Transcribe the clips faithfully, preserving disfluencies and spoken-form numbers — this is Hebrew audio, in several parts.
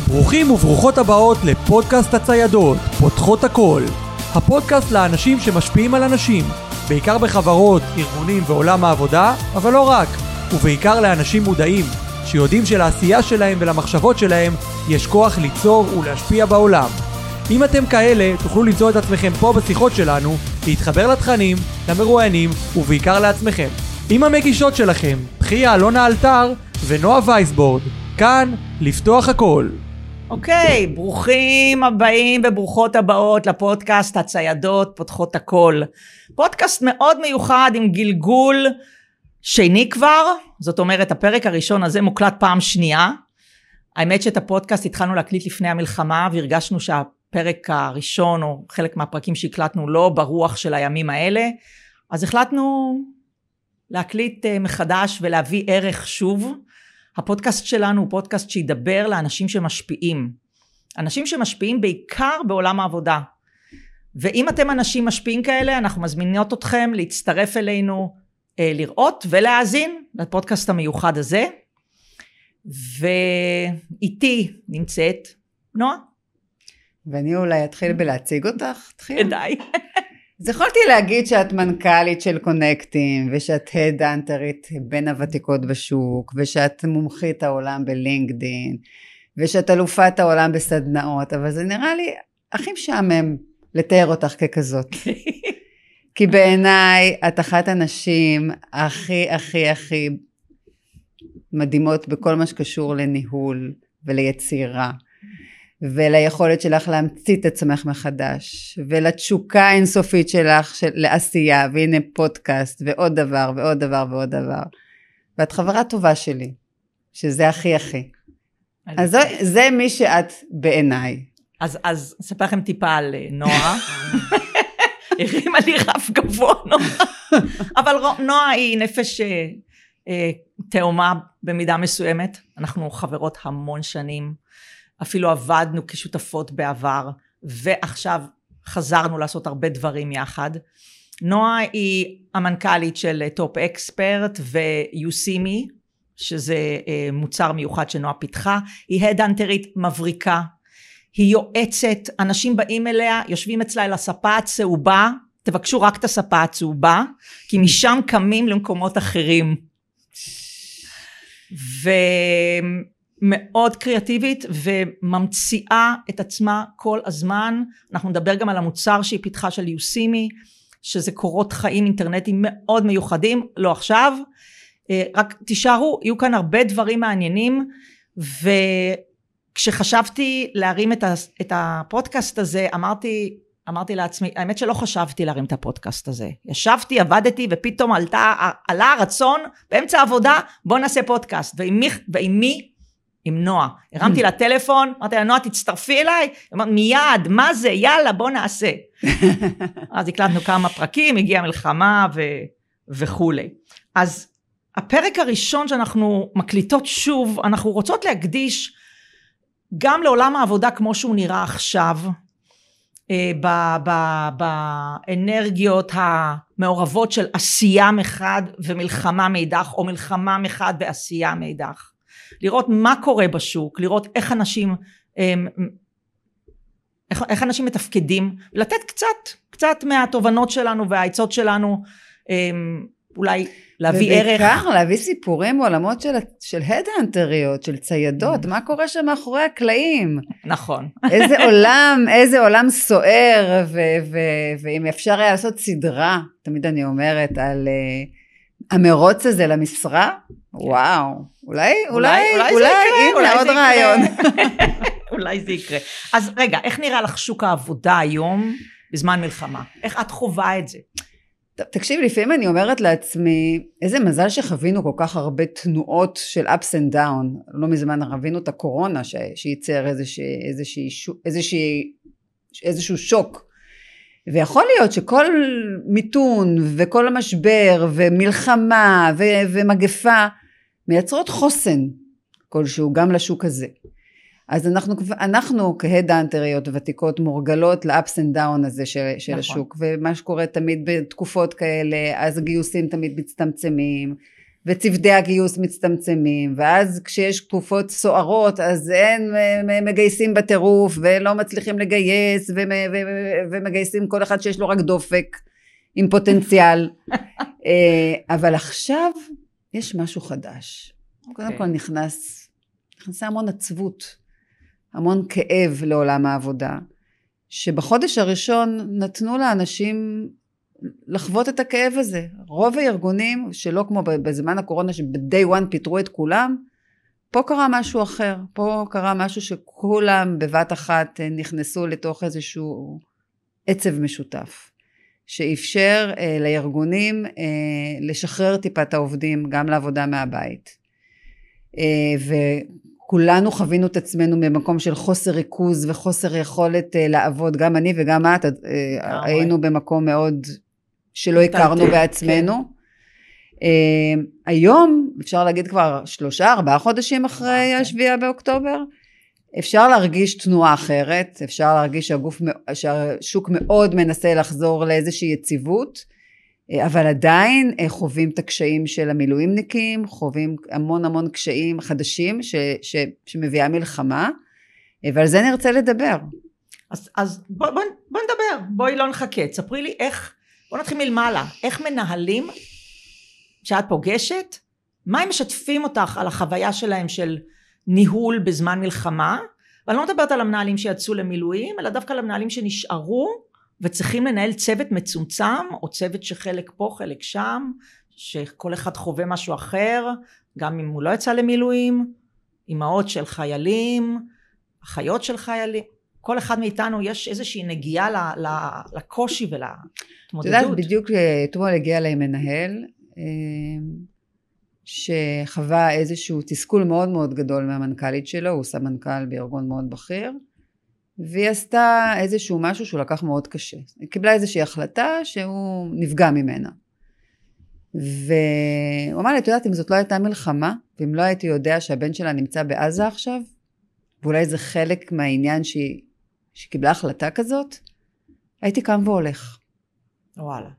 ברוכים וברוכות הבאות לפודקאסט הציידות, פותחות הכל. הפודקאסט לאנשים שמשפיעים על אנשים, בעיקר בחברות, ארגונים ועולם העבודה, אבל לא רק, ובעיקר לאנשים מודעים, שיודעים שלעשייה שלהם ולמחשבות שלהם יש כוח ליצור ולהשפיע בעולם. אם אתם כאלה, תוכלו למצוא את עצמכם פה בשיחות שלנו, להתחבר לתכנים, למרואיינים ובעיקר לעצמכם. עם המגישות שלכם, בחיה אלונה אלתר ונועה וייסבורד, כאן לפתוח הכל. אוקיי, okay, ברוכים הבאים וברוכות הבאות לפודקאסט הציידות פותחות הכל. פודקאסט מאוד מיוחד עם גלגול שני כבר, זאת אומרת הפרק הראשון הזה מוקלט פעם שנייה. האמת שאת הפודקאסט התחלנו להקליט לפני המלחמה והרגשנו שהפרק הראשון או חלק מהפרקים שהקלטנו לא ברוח של הימים האלה, אז החלטנו להקליט מחדש ולהביא ערך שוב. הפודקאסט שלנו הוא פודקאסט שידבר לאנשים שמשפיעים. אנשים שמשפיעים בעיקר בעולם העבודה. ואם אתם אנשים משפיעים כאלה, אנחנו מזמינות אתכם להצטרף אלינו, אה, לראות ולהאזין לפודקאסט המיוחד הזה. ואיתי נמצאת נועה. ואני אולי אתחיל בלהציג אותך. תחיל. כדאי. אז יכולתי להגיד שאת מנכ"לית של קונקטים, ושאת הדאנטרית בין הוותיקות בשוק, ושאת מומחית העולם בלינקדין, ושאת אלופת העולם בסדנאות, אבל זה נראה לי הכי משעמם לתאר אותך ככזאת. כי בעיניי את אחת הנשים הכי הכי הכי מדהימות בכל מה שקשור לניהול וליצירה. וליכולת שלך להמציא את עצמך מחדש, ולתשוקה האינסופית שלך של, לעשייה, והנה פודקאסט, ועוד דבר, ועוד דבר, ועוד דבר. ואת חברה טובה שלי, שזה הכי הכי. אז זה, זה מי שאת בעיניי. אז, אז אספר לכם טיפה על נועה. הרימה לי רף גבוה, נועה. אבל נועה היא נפש אה, תאומה במידה מסוימת. אנחנו חברות המון שנים. אפילו עבדנו כשותפות בעבר, ועכשיו חזרנו לעשות הרבה דברים יחד. נועה היא המנכ"לית של טופ אקספרט ויוסימי, שזה מוצר מיוחד שנועה פיתחה. היא הדאנטרית מבריקה, היא יועצת, אנשים באים אליה, יושבים אצלה על הספה הצהובה, תבקשו רק את הספה הצהובה, כי משם קמים למקומות אחרים. ו... מאוד קריאטיבית וממציאה את עצמה כל הזמן. אנחנו נדבר גם על המוצר שהיא פיתחה של יוסימי, שזה קורות חיים אינטרנטיים מאוד מיוחדים, לא עכשיו, רק תישארו, יהיו כאן הרבה דברים מעניינים, וכשחשבתי להרים את הפודקאסט הזה, אמרתי, אמרתי לעצמי, האמת שלא חשבתי להרים את הפודקאסט הזה, ישבתי, עבדתי, ופתאום עלתה, עלה הרצון, באמצע העבודה, בוא נעשה פודקאסט, ועם מי, ועם מי? עם נועה. הרמתי לה טלפון, אמרתי לה, נועה תצטרפי אליי, אמרתי, מיד, מה זה, יאללה, בוא נעשה. אז הקלטנו כמה פרקים, הגיעה מלחמה ו... וכו'. אז הפרק הראשון שאנחנו מקליטות שוב, אנחנו רוצות להקדיש גם לעולם העבודה כמו שהוא נראה עכשיו, באנרגיות המעורבות של עשייה מחד ומלחמה מאידך, או מלחמה מחד ועשייה מאידך. לראות מה קורה בשוק, לראות איך אנשים, איך, איך אנשים מתפקדים, לתת קצת, קצת מהתובנות שלנו והעצות שלנו, אולי להביא ערך. ובעיקר להביא סיפורים מעולמות של, של הדאנטריות, של ציידות, מה קורה שם מאחורי הקלעים. נכון. איזה עולם, איזה עולם סוער, ו, ו, ואם אפשר היה לעשות סדרה, תמיד אני אומרת על... המרוץ הזה למשרה, וואו, אולי, אולי, אולי, הנה עוד רעיון. אולי זה יקרה. אז רגע, איך נראה לך שוק העבודה היום בזמן מלחמה? איך את חווה את זה? תקשיב, לפעמים אני אומרת לעצמי, איזה מזל שחווינו כל כך הרבה תנועות של ups and down, לא מזמן חווינו את הקורונה שייצר איזשהו שוק, ויכול להיות שכל מיתון וכל המשבר ומלחמה ו- ומגפה מייצרות חוסן כלשהו גם לשוק הזה. אז אנחנו, אנחנו כהדאנטריות ותיקות מורגלות לאפס אנד דאון הזה של, של נכון. השוק, ומה שקורה תמיד בתקופות כאלה, אז הגיוסים תמיד מצטמצמים, וצוודי הגיוס מצטמצמים, ואז כשיש תקופות סוערות, אז אין מגייסים בטירוף, ולא מצליחים לגייס, ומגייסים כל אחד שיש לו רק דופק, עם פוטנציאל. אבל עכשיו, יש משהו חדש. Okay. קודם כל נכנס, נכנסה המון עצבות, המון כאב לעולם העבודה, שבחודש הראשון נתנו לאנשים לחוות את הכאב הזה. רוב הארגונים, שלא כמו בזמן הקורונה, שב-day one פיתרו את כולם, פה קרה משהו אחר, פה קרה משהו שכולם בבת אחת נכנסו לתוך איזשהו עצב משותף. שאפשר אה, לארגונים אה, לשחרר טיפה את העובדים גם לעבודה מהבית. אה, וכולנו חווינו את עצמנו ממקום של חוסר ריכוז וחוסר יכולת אה, לעבוד, גם אני וגם את אה, היינו במקום מאוד שלא הכרנו בעצמנו. כן. אה, היום אפשר להגיד כבר שלושה ארבעה חודשים אחרי השביעה באוקטובר, אפשר להרגיש תנועה אחרת, אפשר להרגיש שהגוף, שהשוק מאוד מנסה לחזור לאיזושהי יציבות, אבל עדיין חווים את הקשיים של המילואימניקים, חווים המון המון קשיים חדשים ש, ש, שמביאה מלחמה, ועל זה נרצה לדבר. אז, אז בוא, בוא, בוא נדבר, בואי לא נחכה, תספרי לי איך, בוא נתחיל מלמעלה, איך מנהלים שאת פוגשת, מה הם משתפים אותך על החוויה שלהם של ניהול בזמן מלחמה, ואני לא מדברת על המנהלים שיצאו למילואים, אלא דווקא על המנהלים שנשארו, וצריכים לנהל צוות מצומצם, או צוות שחלק פה, חלק שם, שכל אחד חווה משהו אחר, גם אם הוא לא יצא למילואים, אמהות של חיילים, אחיות של חיילים, כל אחד מאיתנו יש איזושהי נגיעה לקושי ולהתמודדות. את יודעת, בדיוק אתמול הגיע אליי מנהל, שחווה איזשהו תסכול מאוד מאוד גדול מהמנכ"לית שלו, הוא סמנכ"ל בארגון מאוד בכיר, והיא עשתה איזשהו משהו שהוא לקח מאוד קשה. היא קיבלה איזושהי החלטה שהוא נפגע ממנה. והוא אמר לי, את יודעת, אם זאת לא הייתה מלחמה, ואם לא הייתי יודע שהבן שלה נמצא בעזה עכשיו, ואולי זה חלק מהעניין שהיא, שהיא קיבלה החלטה כזאת, הייתי קם והולך. וואלה.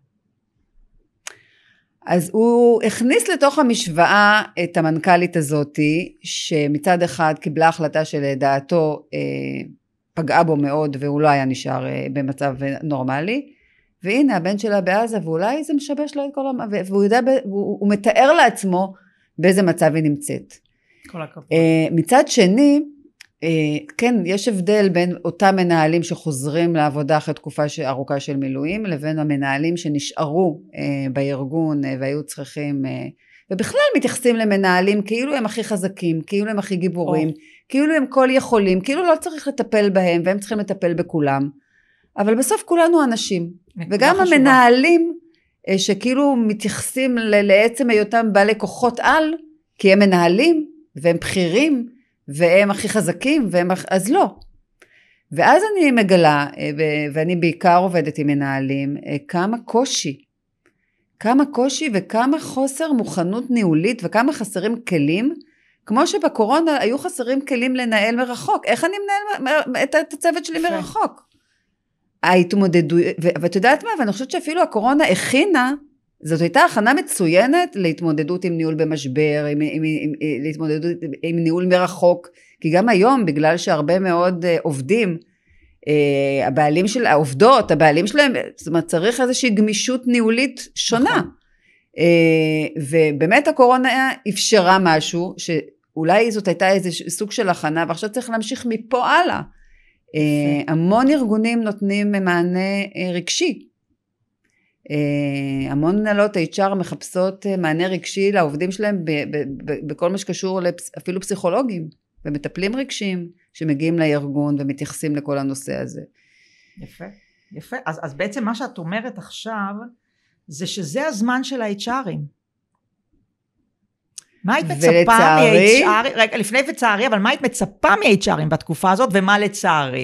אז הוא הכניס לתוך המשוואה את המנכ"לית הזאת, שמצד אחד קיבלה החלטה שלדעתו אה, פגעה בו מאוד, והוא לא היה נשאר אה, במצב נורמלי, והנה הבן שלה בעזה, ואולי זה משבש לו את כל המ... והוא יודע, הוא, הוא מתאר לעצמו באיזה מצב היא נמצאת. כל הכבוד. אה, מצד שני, אה, כן, יש הבדל בין אותם מנהלים שחוזרים לעבודה אחרי תקופה ארוכה של מילואים, לבין המנהלים שנשארו אה, בארגון אה, והיו צריכים, אה, ובכלל מתייחסים למנהלים כאילו הם הכי חזקים, כאילו הם הכי גיבורים, או. כאילו הם כל יכולים, כאילו לא צריך לטפל בהם והם צריכים לטפל בכולם, אבל בסוף כולנו אנשים, וגם חשובה. המנהלים אה, שכאילו מתייחסים ל- לעצם היותם בעלי כוחות על, כי הם מנהלים והם בכירים, והם הכי חזקים, והם, אז לא. ואז אני מגלה, ואני בעיקר עובדת עם מנהלים, כמה קושי, כמה קושי וכמה חוסר מוכנות ניהולית, וכמה חסרים כלים, כמו שבקורונה היו חסרים כלים לנהל מרחוק. איך אני מנהל את הצוות שלי מרחוק? ההתמודדו, ואת יודעת מה, ואני חושבת שאפילו הקורונה הכינה, זאת הייתה הכנה מצוינת להתמודדות עם ניהול במשבר, עם, עם, עם, להתמודדות עם ניהול מרחוק, כי גם היום, בגלל שהרבה מאוד עובדים, הבעלים של העובדות, הבעלים שלהם, זאת אומרת, צריך איזושהי גמישות ניהולית שונה. ובאמת הקורונה אפשרה משהו, שאולי זאת הייתה איזה סוג של הכנה, ועכשיו צריך להמשיך מפה הלאה. המון ארגונים נותנים מענה רגשי, המון מנהלות אייץ' אר מחפשות מענה רגשי לעובדים שלהם בכל מה שקשור אפילו פסיכולוגים ומטפלים רגשיים שמגיעים לארגון ומתייחסים לכל הנושא הזה. יפה, יפה. אז, אז בעצם מה שאת אומרת עכשיו זה שזה הזמן של ה-אייץ' ארים. מה היית מצפה מ-אייץ' ארים? רגע, לפני וצערי, אבל מה היית מצפה מ-אייץ' ארים בתקופה הזאת ומה לצערי?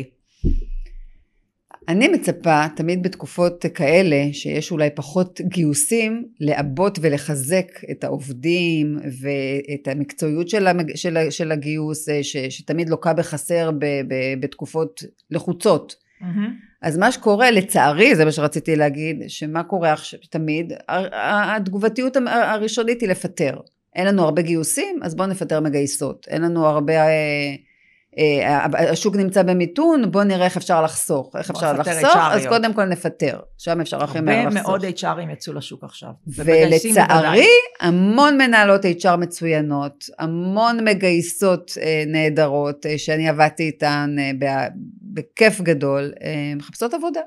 אני מצפה תמיד בתקופות כאלה שיש אולי פחות גיוסים לעבות ולחזק את העובדים ואת המקצועיות של, המג... של, של הגיוס ש... שתמיד לוקה בחסר ב... ב... בתקופות לחוצות אז מה שקורה, לצערי, זה מה שרציתי להגיד, שמה קורה עכשיו תמיד, התגובתיות הראשונית היא לפטר. אין לנו הרבה גיוסים, אז בואו נפטר מגייסות. אין לנו הרבה, השוק נמצא במיתון, בואו נראה איך אפשר לחסוך. איך אפשר לחסוך? אז קודם כל נפטר. שם אפשר הכי מהר לחסוך. הרבה מאוד אייץ' ארים יצאו לשוק עכשיו. ולצערי, המון מנהלות אייץ' אר מצוינות, המון מגייסות נהדרות, שאני עבדתי איתן בכיף גדול, מחפשות עבודה.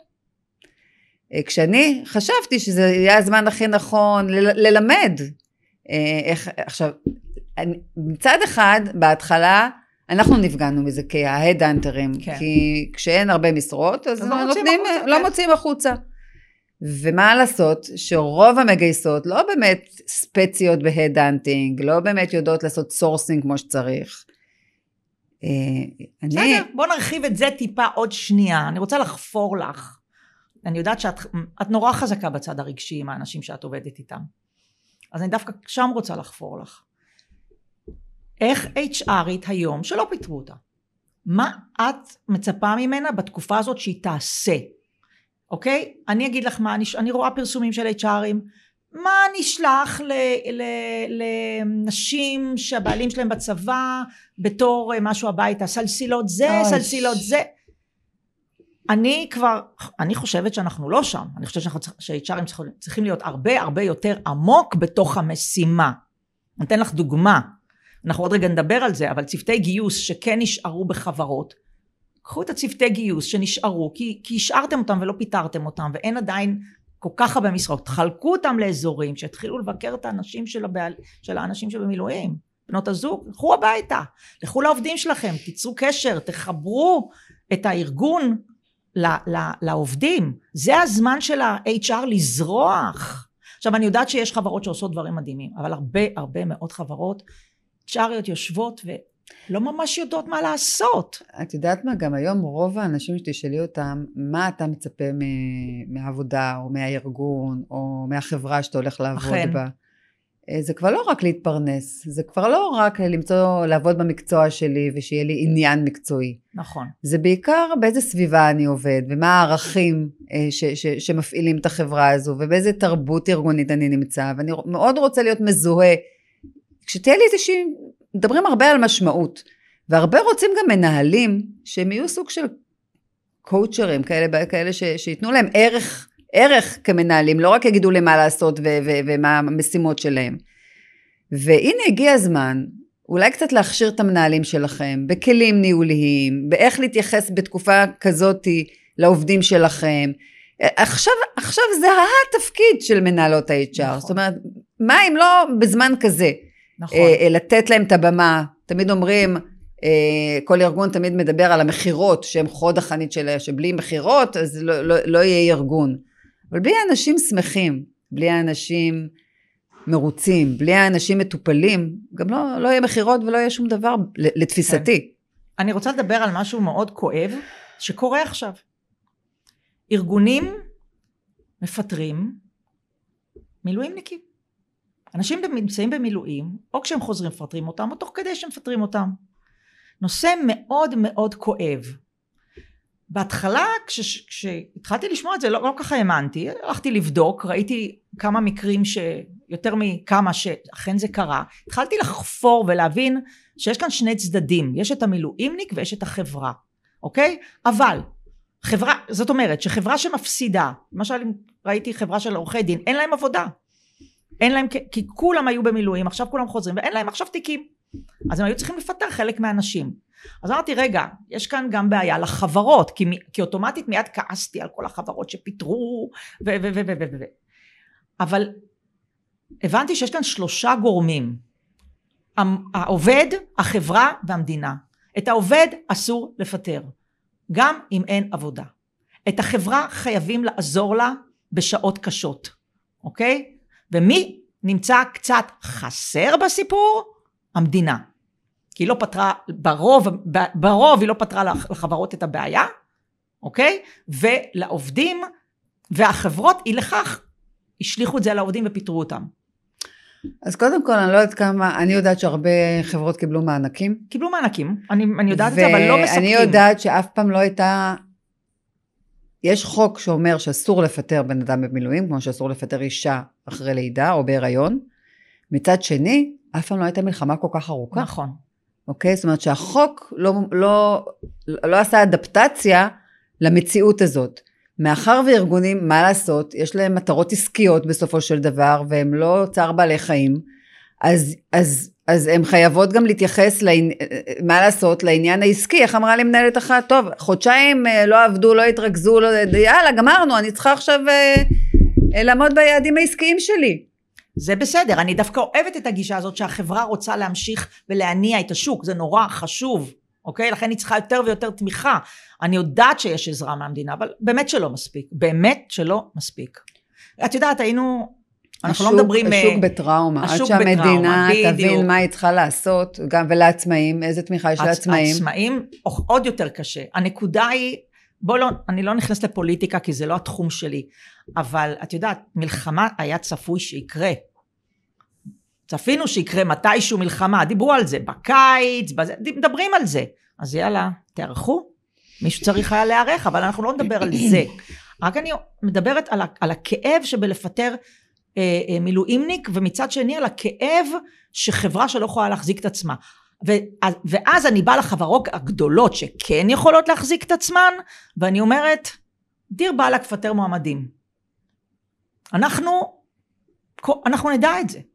כשאני חשבתי שזה יהיה הזמן הכי נכון ללמד, איך, עכשיו, מצד אחד, בהתחלה, אנחנו נפגענו מזה כההדהנטרים, כן. כי כשאין הרבה משרות, אז לא נותנים, החוצה, לא כן. מוצאים החוצה. ומה לעשות, שרוב המגייסות לא באמת ספציות בהדהנטינג, לא באמת יודעות לעשות סורסינג כמו שצריך. אני... בוא נרחיב את זה טיפה עוד שנייה, אני רוצה לחפור לך. אני יודעת שאת את נורא חזקה בצד הרגשי עם האנשים שאת עובדת איתם. אז אני דווקא שם רוצה לחפור לך. איך אייץ' ארית היום, שלא פיטרו אותה, מה את מצפה ממנה בתקופה הזאת שהיא תעשה? אוקיי? אני אגיד לך מה, אני, אני רואה פרסומים של אייץ' ארים, מה נשלח ל, ל, לנשים שהבעלים שלהם בצבא, בתור משהו הביתה, סלסילות זה, אוי. סלסילות זה. אני כבר, אני חושבת שאנחנו לא שם, אני חושבת ש-אייץ' ארים צריכים להיות הרבה הרבה יותר עמוק בתוך המשימה. אני אתן לך דוגמה, אנחנו עוד רגע נדבר על זה, אבל צוותי גיוס שכן נשארו בחברות, קחו את הצוותי גיוס שנשארו, כי, כי השארתם אותם ולא פיטרתם אותם, ואין עדיין כל כך הרבה משרות, תחלקו אותם לאזורים, שהתחילו לבקר את האנשים של, הבעל, של האנשים שבמילואים, בנות הזוג, לכו הביתה, לכו לעובדים שלכם, תיצרו קשר, תחברו את הארגון, לעובדים, זה הזמן של ה-אייץ' אר לזרוח. עכשיו אני יודעת שיש חברות שעושות דברים מדהימים, אבל הרבה הרבה מאוד חברות, אייץ' אריות יושבות ולא ממש יודעות מה לעשות. את יודעת מה, גם היום רוב האנשים שתשאלי אותם, מה אתה מצפה מהעבודה או מהארגון או מהחברה שאתה הולך לעבוד בה? זה כבר לא רק להתפרנס, זה כבר לא רק למצוא, לעבוד במקצוע שלי ושיהיה לי עניין מקצועי. נכון. זה בעיקר באיזה סביבה אני עובד, ומה הערכים ש, ש, שמפעילים את החברה הזו, ובאיזה תרבות ארגונית אני נמצא, ואני מאוד רוצה להיות מזוהה. כשתהיה לי איזושהי, מדברים הרבה על משמעות, והרבה רוצים גם מנהלים, שהם יהיו סוג של קואוצ'רים, כאלה, כאלה ש, שיתנו להם ערך, ערך כמנהלים, לא רק יגידו להם מה לעשות ו- ו- ומה המשימות שלהם. והנה הגיע הזמן, אולי קצת להכשיר את המנהלים שלכם, בכלים ניהוליים, באיך להתייחס בתקופה כזאת לעובדים שלכם. עכשיו, עכשיו זה התפקיד של מנהלות ה-אייץ' אר, נכון. זאת אומרת, מה אם לא בזמן כזה? נכון. אה, לתת להם את הבמה, תמיד אומרים, אה, כל ארגון תמיד מדבר על המחירות, שהם חוד החנית שלה, שבלי מחירות, אז לא, לא, לא יהיה ארגון. אבל בלי האנשים שמחים, בלי האנשים מרוצים, בלי האנשים מטופלים, גם לא, לא יהיה מחירות ולא יהיה שום דבר לתפיסתי. כן. אני רוצה לדבר על משהו מאוד כואב, שקורה עכשיו. ארגונים מפטרים מילואימניקים. אנשים נמצאים במילואים, או כשהם חוזרים מפטרים אותם, או תוך כדי שהם מפטרים אותם. נושא מאוד מאוד כואב. בהתחלה, כש, כשהתחלתי לשמוע את זה, לא, לא ככה האמנתי, הלכתי לבדוק, ראיתי כמה מקרים שיותר מכמה שאכן זה קרה, התחלתי לחפור ולהבין שיש כאן שני צדדים, יש את המילואימניק ויש את החברה, אוקיי? אבל, חברה, זאת אומרת, שחברה שמפסידה, למשל ראיתי חברה של עורכי דין, אין להם עבודה, אין להם, כי כולם היו במילואים, עכשיו כולם חוזרים, ואין להם עכשיו תיקים, אז הם היו צריכים לפטר חלק מהאנשים. אז אמרתי, רגע, יש כאן גם בעיה לחברות, כי, כי אוטומטית מיד כעסתי על כל החברות שפיטרו, ו, ו, ו, ו, ו, ו. אבל הבנתי שיש כאן שלושה גורמים, העובד, החברה והמדינה. את העובד אסור לפטר, גם אם אין עבודה. את החברה חייבים לעזור לה בשעות קשות, אוקיי? ומי נמצא קצת חסר בסיפור? המדינה. כי היא לא פתרה, ברוב, ברוב היא לא פתרה לחברות את הבעיה, אוקיי? ולעובדים והחברות היא לכך, השליחו את זה לעובדים ופיטרו אותם. אז קודם כל אני לא יודעת כמה, אני יודעת שהרבה חברות קיבלו מענקים. קיבלו מענקים, אני, אני יודעת את זה, אבל לא מספקים. ואני יודעת שאף פעם לא הייתה יש חוק שאומר שאסור לפטר בן אדם במילואים, כמו שאסור לפטר אישה אחרי לידה או בהיריון. מצד שני, אף פעם לא הייתה מלחמה כל כך ארוכה. נכון. אוקיי? זאת אומרת שהחוק לא, לא, לא עשה אדפטציה למציאות הזאת. מאחר וארגונים, מה לעשות, יש להם מטרות עסקיות בסופו של דבר, והם לא צער בעלי חיים, אז, אז, אז הם חייבות גם להתייחס, לעני, מה לעשות, לעניין העסקי. איך אמרה לי מנהלת אחת, טוב, חודשיים לא עבדו, לא התרכזו, לא, יאללה, גמרנו, אני צריכה עכשיו אה, לעמוד ביעדים העסקיים שלי. זה בסדר, אני דווקא אוהבת את הגישה הזאת, שהחברה רוצה להמשיך ולהניע את השוק, זה נורא חשוב, אוקיי? לכן היא צריכה יותר ויותר תמיכה. אני יודעת שיש עזרה מהמדינה, אבל באמת שלא מספיק, באמת שלא מספיק. את יודעת, היינו, אנחנו השוק, לא מדברים... השוק בטראומה, עד שהמדינה תבין מה היא צריכה לעשות, גם ולעצמאים, איזה תמיכה יש לעצמאים. עצמאים, עוד יותר קשה. הנקודה היא, בוא לא, אני לא נכנס לפוליטיקה, כי זה לא התחום שלי, אבל את יודעת, מלחמה היה צפוי שיקרה. צפינו שיקרה מתישהו מלחמה, דיברו על זה בקיץ, בזה, מדברים על זה. אז יאללה, תערכו. מישהו צריך היה להיערך, אבל אנחנו לא נדבר על זה. רק אני מדברת על, על הכאב שבלפטר אה, אה, מילואימניק, ומצד שני על הכאב שחברה שלא יכולה להחזיק את עצמה. ואז, ואז אני באה לחברות הגדולות שכן יכולות להחזיק את עצמן, ואני אומרת, דיר בא לפטר מועמדים. אנחנו, אנחנו נדע את זה.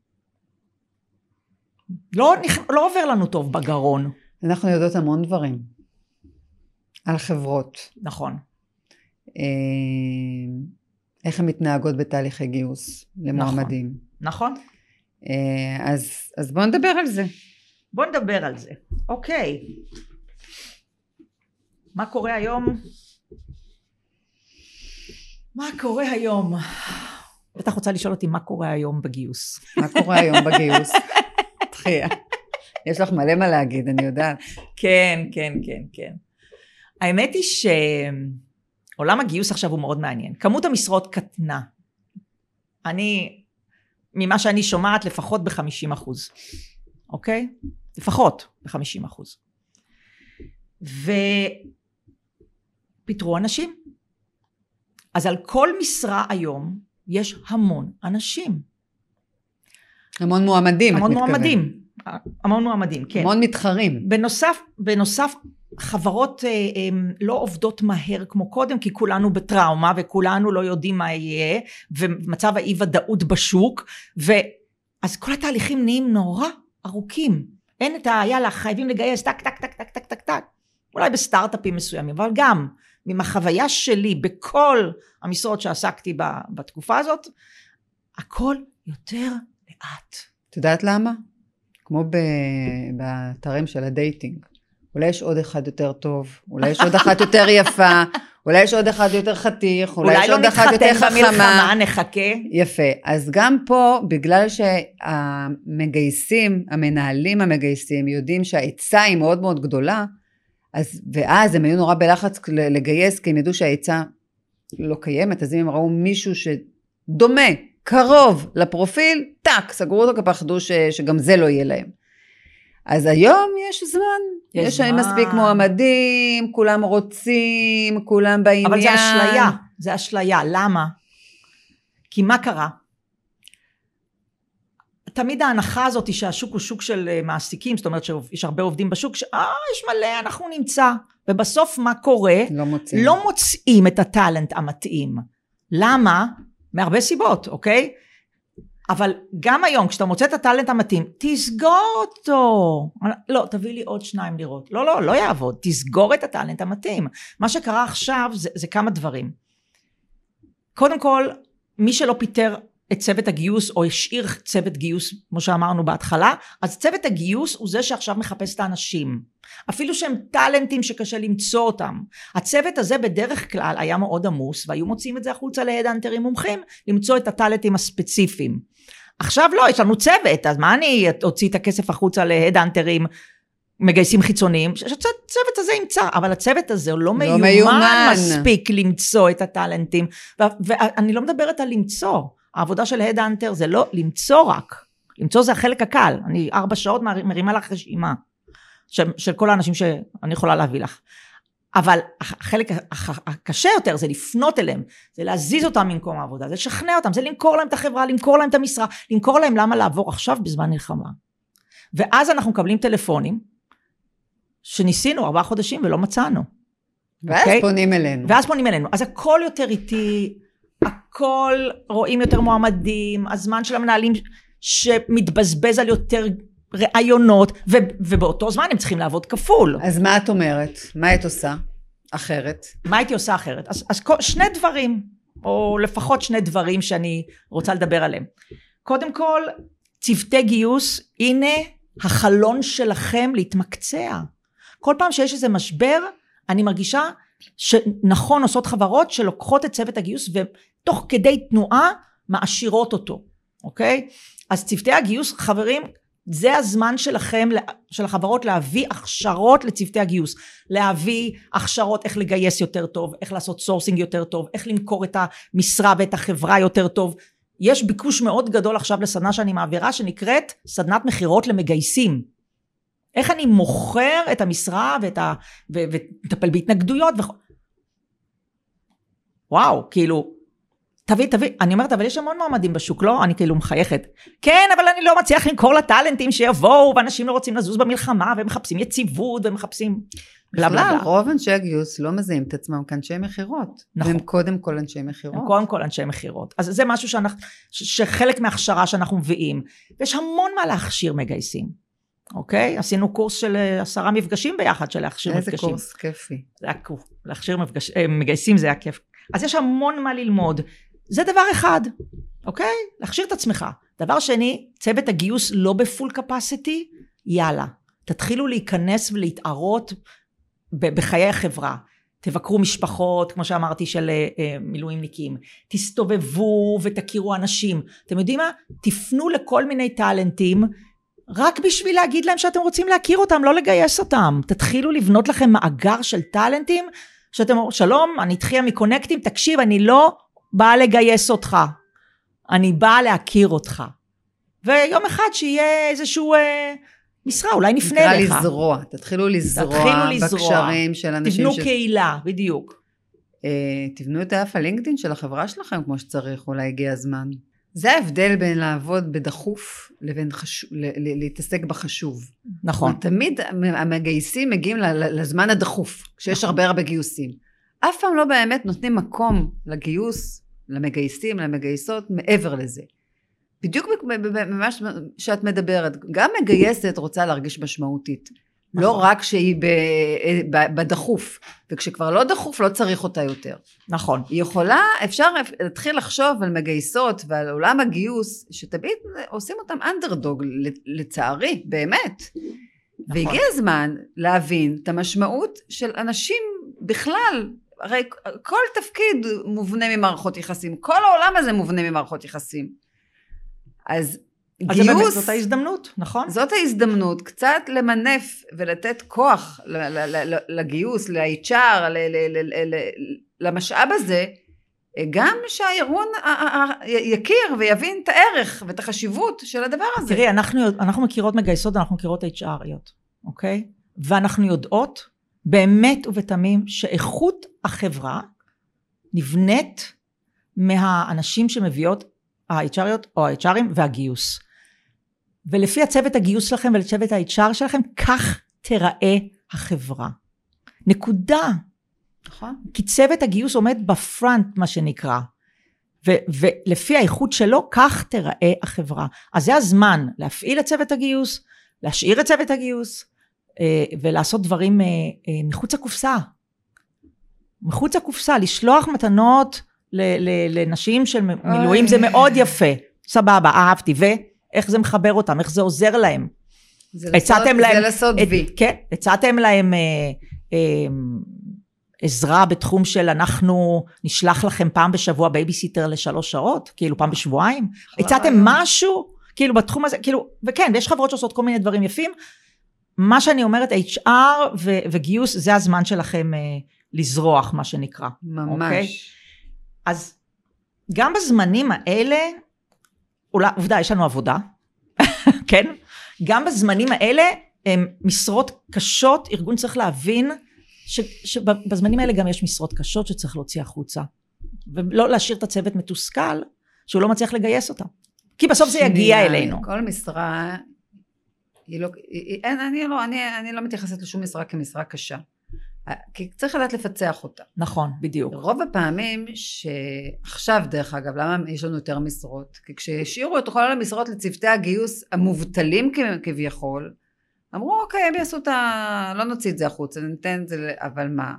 לא, לא עובר לנו טוב בגרון. אנחנו יודעות המון דברים. על חברות. נכון. איך הן מתנהגות בתהליכי גיוס למועמדים. נכון. אז, אז בואו נדבר על זה. בואו נדבר על זה. אוקיי. מה קורה היום? מה קורה היום? בטח רוצה לשאול אותי מה קורה היום בגיוס. מה קורה היום בגיוס? תחייה. יש לך מלא מה להגיד, אני יודעת. כן, כן, כן, כן. האמת היא שעולם הגיוס עכשיו הוא מאוד מעניין. כמות המשרות קטנה. אני, ממה שאני שומעת, לפחות ב-חמישים אחוז. אוקיי? לפחות ב-חמישים אחוז. ופיתרו אנשים. אז על כל משרה היום יש המון אנשים. המון מועמדים, המון את מתכוונת. מועמדים. המון מועמדים, כן. המון מתחרים. בנוסף, בנוסף, חברות אה, אה, לא עובדות מהר כמו קודם, כי כולנו בטראומה, וכולנו לא יודעים מה יהיה, ומצב האי ודאות בשוק, ואז כל התהליכים נהיים נורא ארוכים. אין את ה... יאללה, חייבים לגייס, טק, טק, טק, טק, טק, טק, טק. אולי בסטארט-אפים מסוימים, אבל גם מהחוויה שלי, בכל המשרות שעסקתי בתקופה הזאת, הכל יותר לאט. את יודעת למה? כמו באתרים של הדייטינג. אולי יש עוד אחד יותר טוב, אולי יש עוד אחת יותר יפה, אולי יש עוד אחד יותר חתיך, אולי, אולי יש לא עוד אחת יותר חכמה. אולי לא נתחתן במלחמה, נחכה. יפה. אז גם פה, בגלל שהמגייסים, המנהלים המגייסים, יודעים שההיצע היא מאוד מאוד גדולה, אז, ואז הם היו נורא בלחץ לגייס, כי הם ידעו שההיצע לא קיימת, אז אם הם ראו מישהו שדומה, קרוב לפרופיל, טק, סגרו אותו, כי פחדו ש, שגם זה לא יהיה להם. אז היום יש זמן, יש, יש זמן. מספיק מועמדים, כולם רוצים, כולם בעניין. אבל זה אשליה, זה אשליה, למה? כי מה קרה? תמיד ההנחה הזאת היא שהשוק הוא שוק של מעסיקים, זאת אומרת שיש הרבה עובדים בשוק, שאה, יש מלא, אנחנו נמצא, ובסוף מה קורה? לא מוצאים. לא מוצאים את הטלנט המתאים. למה? מהרבה סיבות, אוקיי? אבל גם היום, כשאתה מוצא את הטלנט המתאים, תסגור אותו. לא, תביא לי עוד שניים לראות. לא, לא, לא יעבוד. תסגור את הטלנט המתאים. מה שקרה עכשיו זה, זה כמה דברים. קודם כל, מי שלא פיטר את צוות הגיוס, או השאיר צוות גיוס, כמו שאמרנו בהתחלה, אז צוות הגיוס הוא זה שעכשיו מחפש את האנשים. אפילו שהם טלנטים שקשה למצוא אותם. הצוות הזה בדרך כלל היה מאוד עמוס, והיו מוצאים את זה החוצה להדאנטרים מומחים, למצוא את הטלנטים הספציפיים. עכשיו לא, יש לנו צוות, אז מה אני אוציא את הכסף החוצה להדאנטרים מגייסים חיצוניים? שהצוות הזה ימצא, אבל הצוות הזה הוא לא, לא מיומן, מיומן מספיק למצוא את הטלנטים, ואני לא מדברת על למצוא, העבודה של הדאנטר זה לא למצוא רק, למצוא זה החלק הקל, אני ארבע שעות מרימה לך רשימה, של, של כל האנשים שאני יכולה להביא לך. אבל החלק הקשה יותר זה לפנות אליהם, זה להזיז אותם ממקום העבודה, זה לשכנע אותם, זה למכור להם את החברה, למכור להם את המשרה, למכור להם למה לעבור עכשיו בזמן מלחמה. ואז אנחנו מקבלים טלפונים, שניסינו ארבעה חודשים ולא מצאנו. ואז okay? פונים אלינו. ואז פונים אלינו. אז הכל יותר איטי, הכל רואים יותר מועמדים, הזמן של המנהלים שמתבזבז על יותר רעיונות, ו- ובאותו זמן הם צריכים לעבוד כפול. אז מה את אומרת? מה היית עושה אחרת? מה הייתי עושה אחרת? אז, אז שני דברים, או לפחות שני דברים שאני רוצה לדבר עליהם. קודם כל, צוותי גיוס, הנה החלון שלכם להתמקצע. כל פעם שיש איזה משבר, אני מרגישה שנכון עושות חברות שלוקחות את צוות הגיוס, ותוך כדי תנועה מעשירות אותו, אוקיי? אז צוותי הגיוס, חברים, זה הזמן שלכם, של החברות, להביא הכשרות לצוותי הגיוס, להביא הכשרות איך לגייס יותר טוב, איך לעשות סורסינג יותר טוב, איך למכור את המשרה ואת החברה יותר טוב. יש ביקוש מאוד גדול עכשיו לסדנה שאני מעבירה, שנקראת סדנת מחירות למגייסים. איך אני מוכר את המשרה ואת ה... ו... וטפל בהתנגדויות ו... וואו, כאילו, תביא, תביא, אני אומרת, אבל יש המון מועמדים בשוק, לא? אני כאילו מחייכת. כן, אבל אני לא מצליח למכור לטלנטים שיבואו, ואנשים לא רוצים לזוז במלחמה, והם מחפשים יציבות, והם מחפשים... בכלל, רוב אנשי הגיוס לא מזהים את עצמם כאנשי מחירות. נכון. והם קודם כל אנשי מחירות. הם קודם כל אנשי מחירות. אז זה משהו שאנחנו, שחלק מההכשרה שאנחנו מביאים, ויש המון מה להכשיר מגייסים. אוקיי? עשינו קורס של עשרה מפגשים ביחד, של להכשיר מפגשים. איזה קורס כיפי. זה היה קורס, להכשיר מפגש, מגייסים זה היה כיף. אז יש המון מה ללמוד. זה דבר אחד, אוקיי? להכשיר את עצמך. דבר שני, צוות הגיוס לא בפול קפסיטי, יאללה. תתחילו להיכנס ולהתערות בחיי החברה. תבקרו משפחות, כמו שאמרתי, של מילואימניקים. תסתובבו ותכירו אנשים. אתם יודעים מה? תפנו לכל מיני טלנטים, רק בשביל להגיד להם שאתם רוצים להכיר אותם, לא לגייס אותם. תתחילו לבנות לכם מאגר של טלנטים, שאתם אומרים, שלום, אני תחיה מקונקטים, תקשיב, אני לא באה לגייס אותך. אני באה להכיר אותך. ויום אחד שיהיה איזשהו אה, משרה, אולי נפנה לך. נקרא לזרוע, תתחילו לזרוע בקשרים של אנשים. תבנו ש... קהילה, בדיוק. אה, תבנו את דף הלינקדאין של החברה שלכם כמו שצריך, אולי הגיע הזמן. זה ההבדל בין לעבוד בדחוף לבין חשוב, להתעסק בחשוב. נכון. תמיד המגייסים מגיעים לזמן הדחוף, כשיש הרבה הרבה גיוסים. אף פעם לא באמת נותנים מקום לגיוס, למגייסים, למגייסות, מעבר לזה. בדיוק ממש שאת מדברת, גם מגייסת רוצה להרגיש משמעותית. לא רק שהיא בדחוף, וכשכבר לא דחוף לא צריך אותה יותר. נכון. היא יכולה, אפשר להתחיל לחשוב על מגייסות ועל עולם הגיוס, שתמיד עושים אותם אנדרדוג, לצערי, באמת. נכון. והגיע הזמן להבין את המשמעות של אנשים בכלל, הרי כל תפקיד מובנה ממערכות יחסים, כל העולם הזה מובנה ממערכות יחסים. אז גיוס, זאת ההזדמנות, נכון? זאת ההזדמנות, קצת למנף ולתת כוח לגיוס, ל-אייץ' אר, למשאב הזה, גם שהארגון יכיר ויבין את הערך ואת החשיבות של הדבר הזה. תראי, אנחנו, אנחנו מכירות מגייסות, אנחנו מכירות אייץ' אריות, אוקיי? ואנחנו יודעות באמת ובתמים שאיכות החברה נבנית מהאנשים שמביאות ה-אייץ' אריות או ה-אייץ' ארים והגיוס. ולפי הצוות הגיוס שלכם ולצוות ה-אייץ' אר שלכם, כך תיראה החברה. נקודה. נכון. כי צוות הגיוס עומד בפרונט, מה שנקרא. ו- ולפי האיכות שלו, כך תיראה החברה. אז זה הזמן להפעיל את צוות הגיוס, להשאיר את צוות הגיוס, ולעשות דברים מחוץ לקופסה. מחוץ לקופסה, לשלוח מתנות לנשים של מילואים, זה מאוד יפה. סבבה, אהבתי, ואיך זה מחבר אותם, איך זה עוזר להם. זה לעשות וי. כן, הצעתם להם עזרה בתחום של אנחנו נשלח לכם פעם בשבוע בייביסיטר לשלוש שעות, כאילו פעם בשבועיים. הצעתם משהו, כאילו בתחום הזה, כאילו, וכן, יש חברות שעושות כל מיני דברים יפים. מה שאני אומרת, אייץ' אר וגיוס, זה הזמן שלכם לזרוח, מה שנקרא. ממש. אז גם בזמנים האלה, אולי, עובדה, יש לנו עבודה, כן? גם בזמנים האלה, הם משרות קשות, ארגון צריך להבין שבזמנים האלה גם יש משרות קשות שצריך להוציא החוצה, ולא להשאיר את הצוות מתוסכל, שהוא לא מצליח לגייס אותה. כי בסוף זה יגיע אלינו. כל משרה, היא לא, היא, אין, אני, לא, אני, אני לא מתייחסת לשום משרה כמשרה קשה. כי צריך לדעת לפצח אותה. נכון, בדיוק. רוב הפעמים שעכשיו דרך אגב, למה יש לנו יותר משרות? כי כשהשאירו את כל המשרות לצוותי הגיוס המובטלים כביכול, אמרו אוקיי, הם יעשו את ה... לא נוציא את זה החוצה, ניתן את זה, אבל מה?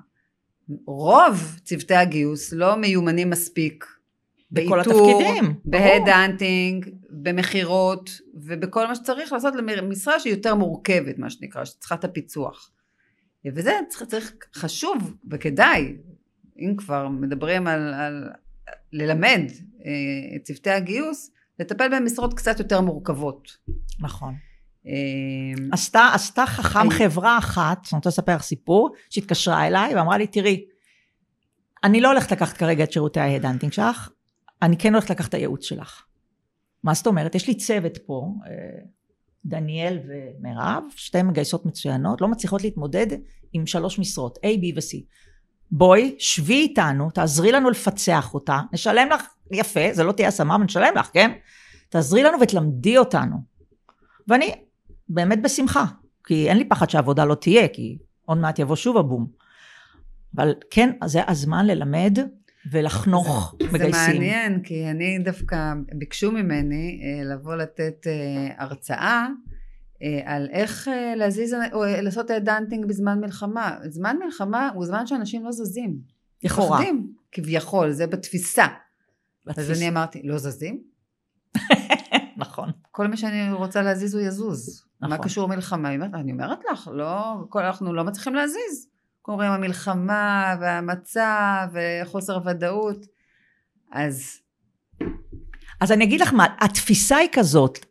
רוב צוותי הגיוס לא מיומנים מספיק בכל התפקידים. בהדהנטינג, במחירות, ובכל מה שצריך לעשות למשרה שהיא יותר מורכבת, מה שנקרא, שצריכה את הפיצוח. וזה צריך, צריך חשוב וכדאי, אם כבר מדברים על, על ללמד אה, צוותי הגיוס, לטפל במשרות קצת יותר מורכבות. נכון. אה, עשתה, עשתה חכם אה, חברה אחת, אני רוצה לספר לך סיפור, שהתקשרה אליי ואמרה לי, תראי, אני לא הולכת לקחת כרגע את שירותי ההדהנטינג שלך, אני כן הולכת לקחת את הייעוץ שלך. מה זאת אומרת? יש לי צוות פה, אה, דניאל ומירב, שתי מגייסות מצוינות, לא מצליחות להתמודד עם שלוש משרות, A, B ו-C. בואי, שבי איתנו, תעזרי לנו לפצח אותה, נשלם לך, יפה, זה לא תהיה השמה, נשלם לך, כן? תעזרי לנו ותלמדי אותנו. ואני באמת בשמחה, כי אין לי פחד שהעבודה לא תהיה, כי עוד מעט יבוא שוב הבום. אבל כן, זה הזמן ללמד ולחנוך זה, מגייסים. זה מעניין, כי אני דווקא, ביקשו ממני לבוא לתת הרצאה, על איך להזיז, או לעשות הדהנטינג בזמן מלחמה. זמן מלחמה הוא זמן שאנשים לא זזים. לכאורה. מפחדים, כביכול, זה בתפיסה. בתפיסה. אז אני אמרתי, לא זזים? נכון. כל מי שאני רוצה להזיז הוא יזוז. נכון. מה קשור מלחמה? אני אומרת לך, לא, כל, אנחנו לא מצליחים להזיז. קוראים המלחמה והמצב וחוסר ודאות. אז... אז אני אגיד לך מה, התפיסה היא כזאת,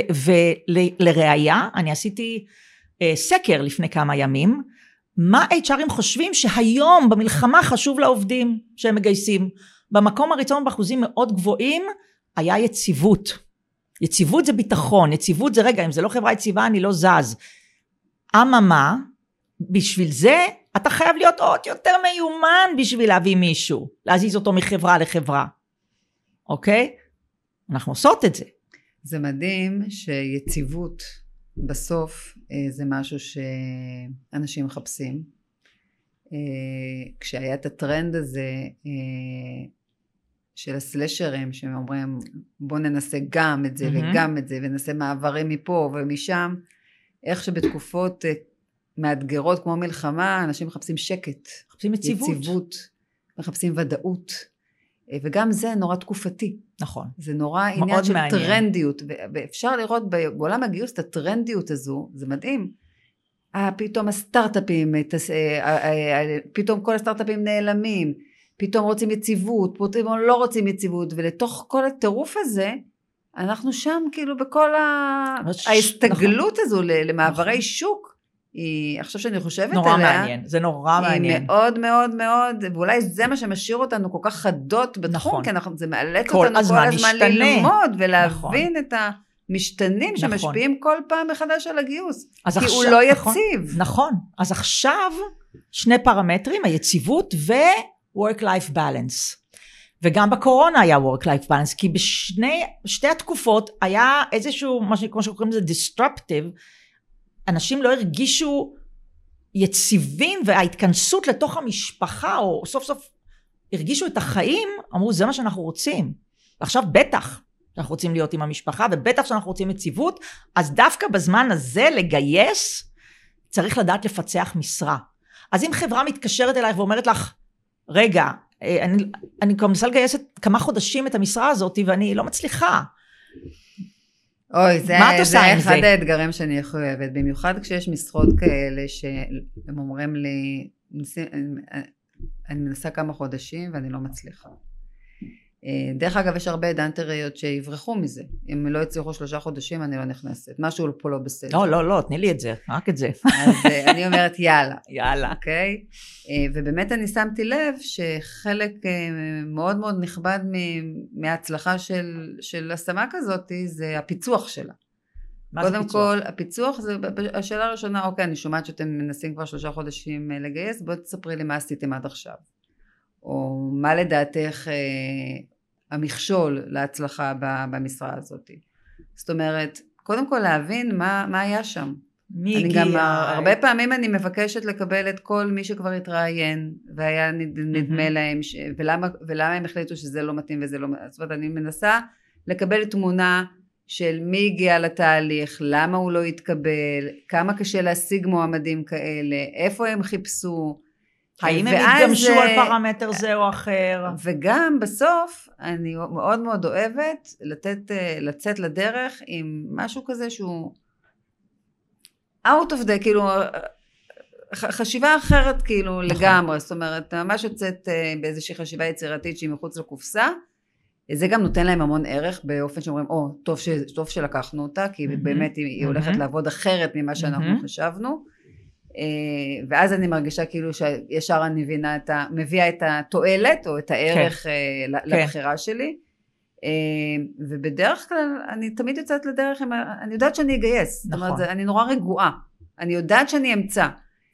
ולראיה, אני עשיתי אה, סקר לפני כמה ימים, מה אייץ' ארים חושבים שהיום במלחמה חשוב לעובדים שהם מגייסים. במקום הראשון באחוזים מאוד גבוהים, היה יציבות. יציבות זה ביטחון, יציבות זה רגע, אם זה לא חברה יציבה אני לא זז. אממה, בשביל זה אתה חייב להיות עוד יותר מיומן בשביל להביא מישהו, להזיז אותו מחברה לחברה. אוקיי? אנחנו עושות את זה. זה מדהים שיציבות בסוף זה משהו שאנשים מחפשים. כשהיה את הטרנד הזה של הסלשרים שאומרים בוא ננסה גם את זה mm-hmm. וגם את זה וננסה מעברים מפה ומשם, איך שבתקופות מאתגרות כמו מלחמה אנשים מחפשים שקט, מחפשים יציבות, יציבות מחפשים ודאות, וגם זה נורא תקופתי. נכון. זה נורא עניין של מעניין. טרנדיות, ואפשר לראות בעולם הגיוס את הטרנדיות הזו, זה מדהים. פתאום הסטארט-אפים, פתאום כל הסטארט-אפים נעלמים, פתאום רוצים יציבות, פתאום לא רוצים יציבות, ולתוך כל הטירוף הזה, אנחנו שם כאילו בכל ההסתגלות נכון. הזו למעברי נכון. שוק, היא, עכשיו שאני חושבת נורא עליה, מעניין, זה נורא היא מעניין. היא מאוד מאוד מאוד, ואולי זה מה שמשאיר אותנו כל כך חדות בתחום, נכון. כי אנחנו, זה מאלץ כל אותנו הזמן כל הזמן משתנה. ללמוד, ולהבין נכון. את המשתנים נכון. שמשפיעים כל פעם מחדש על הגיוס, כי עכשיו, הוא לא נכון, יציב. נכון, אז עכשיו שני פרמטרים, היציבות ו-work-life balance. וגם בקורונה היה work-life balance, כי בשני, שתי התקופות היה איזשהו, כמו שקוראים לזה disruptive, אנשים לא הרגישו יציבים, וההתכנסות לתוך המשפחה, או סוף סוף הרגישו את החיים, אמרו זה מה שאנחנו רוצים. ועכשיו בטח שאנחנו רוצים להיות עם המשפחה, ובטח שאנחנו רוצים יציבות, אז דווקא בזמן הזה לגייס, צריך לדעת לפצח משרה. אז אם חברה מתקשרת אלייך ואומרת לך, רגע, אני, אני כבר מנסה לגייס כמה חודשים את המשרה הזאת, ואני לא מצליחה. אוי, זה, זה אחד זה? האתגרים שאני חייבת, במיוחד כשיש משרות כאלה שהם אומרים לי, אני מנסה כמה חודשים ואני לא מצליחה. דרך אגב, יש הרבה דנטריות שיברחו מזה. אם לא יצליחו שלושה חודשים, אני לא נכנסת. משהו פה לא בסדר. לא, לא, לא, תני לי את זה, רק את זה. אז אני אומרת, יאללה. יאללה. אוקיי? ובאמת אני שמתי לב שחלק מאוד מאוד נכבד מההצלחה של, של השמה כזאת, זה הפיצוח שלה. קודם כל, הפיצוח זה, השאלה הראשונה, אוקיי, אני שומעת שאתם מנסים כבר שלושה חודשים לגייס, בואי תספרי לי מה עשיתם עד עכשיו. או מה לדעתך אה, המכשול להצלחה במשרה הזאת. זאת אומרת, קודם כל להבין מה, מה היה שם. מי אני הגיע? גם, הרבה פעמים אני מבקשת לקבל את כל מי שכבר התראיין, והיה נדמה להם, ש, ולמה, ולמה הם החליטו שזה לא מתאים וזה לא מתאים. זאת אומרת, אני מנסה לקבל תמונה של מי הגיע לתהליך, למה הוא לא התקבל, כמה קשה להשיג מועמדים כאלה, איפה הם חיפשו, האם הם התגמשו על פרמטר זה או אחר. וגם בסוף אני מאוד מאוד אוהבת לתת, לצאת לדרך עם משהו כזה שהוא out of the, כאילו חשיבה אחרת כאילו נכון. לגמרי, זאת אומרת ממש יוצאת באיזושהי חשיבה יצירתית שהיא מחוץ לקופסה, זה גם נותן להם המון ערך באופן שאומרים, או, טוב, ש, טוב שלקחנו אותה, כי mm-hmm. באמת היא, היא הולכת mm-hmm. לעבוד אחרת ממה שאנחנו mm-hmm. חשבנו, ואז אני מרגישה כאילו שישר אני מבינה את ה, מביאה את התועלת, או את הערך כן. לבחירה כן. שלי, ובדרך כלל אני תמיד יוצאת לדרך, אני יודעת שאני אגייס, נכון. זאת אומרת, אני נורא רגועה, אני יודעת שאני אמצא,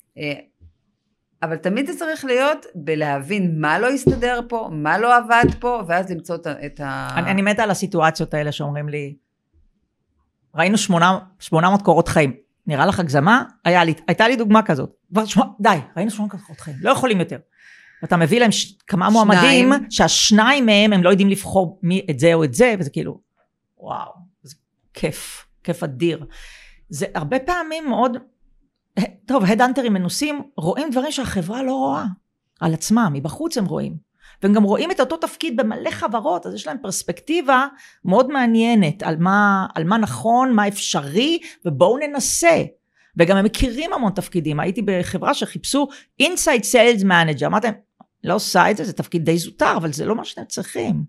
אבל תמיד זה צריך להיות בלהבין מה לא יסתדר פה, מה לא עבד פה, ואז למצוא את ה... אני, אני מתה על הסיטואציות האלה שאומרים לי, ראינו שמונה מאות קורות חיים, נראה לך הגזמה? היה לי, הייתה לי דוגמה כזאת, שמונה, די, ראינו שמונה מאות קורות חיים, לא יכולים יותר. ואתה מביא להם ש... כמה מועמדים, שהשניים מהם הם לא יודעים לבחור מי את זה או את זה, וזה כאילו, וואו, זה כיף, כיף אדיר. זה הרבה פעמים מאוד... טוב, הדאנטרים מנוסים, רואים דברים שהחברה לא רואה על עצמם, מבחוץ הם רואים. והם גם רואים את אותו תפקיד במלא חברות, אז יש להם פרספקטיבה מאוד מעניינת על מה, על מה נכון, מה אפשרי, ובואו ננסה. וגם הם מכירים המון תפקידים. הייתי בחברה שחיפשו Inside Sales Manager, אמרתם, לא עושה את זה, זה תפקיד די זוטר, אבל זה לא מה שאתם צריכים.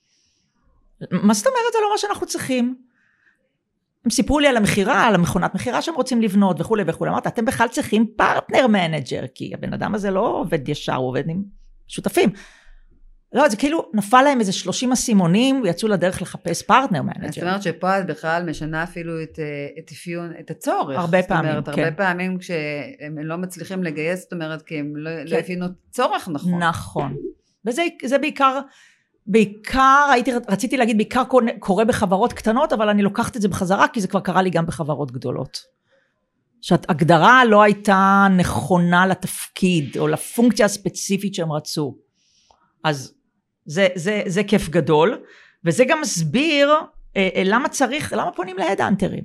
מה זאת אומרת, זה לא מה שאנחנו צריכים? הם סיפרו לי על המחירה, על המכונת מחירה שהם רוצים לבנות וכו' וכו'. אמרת, אתם בכלל צריכים פרטנר מנג'ר, כי הבן אדם הזה לא עובד ישר, הוא עובד עם שותפים. לא, זה כאילו נפל להם איזה שלושים אסימונים, ויצאו לדרך לחפש פרטנר מנג'ר. זאת אומרת שפה את בכלל משנה אפילו את, את אפיון, את הצורך. הרבה פעמים, אומרת, כן. הרבה פעמים כשהם לא מצליחים לגייס, זאת אומרת, כי הם לא, כן. לא הבינו צורך נכון. נכון. וזה זה בעיקר... בעיקר, הייתי, רציתי להגיד, בעיקר קורה בחברות קטנות, אבל אני לוקחת את זה בחזרה, כי זה כבר קרה לי גם בחברות גדולות. שההגדרה לא הייתה נכונה לתפקיד, או לפונקציה הספציפית שהם רצו. אז זה, זה, זה כיף גדול, וזה גם מסביר אה, למה צריך, למה פונים להדאנטרים.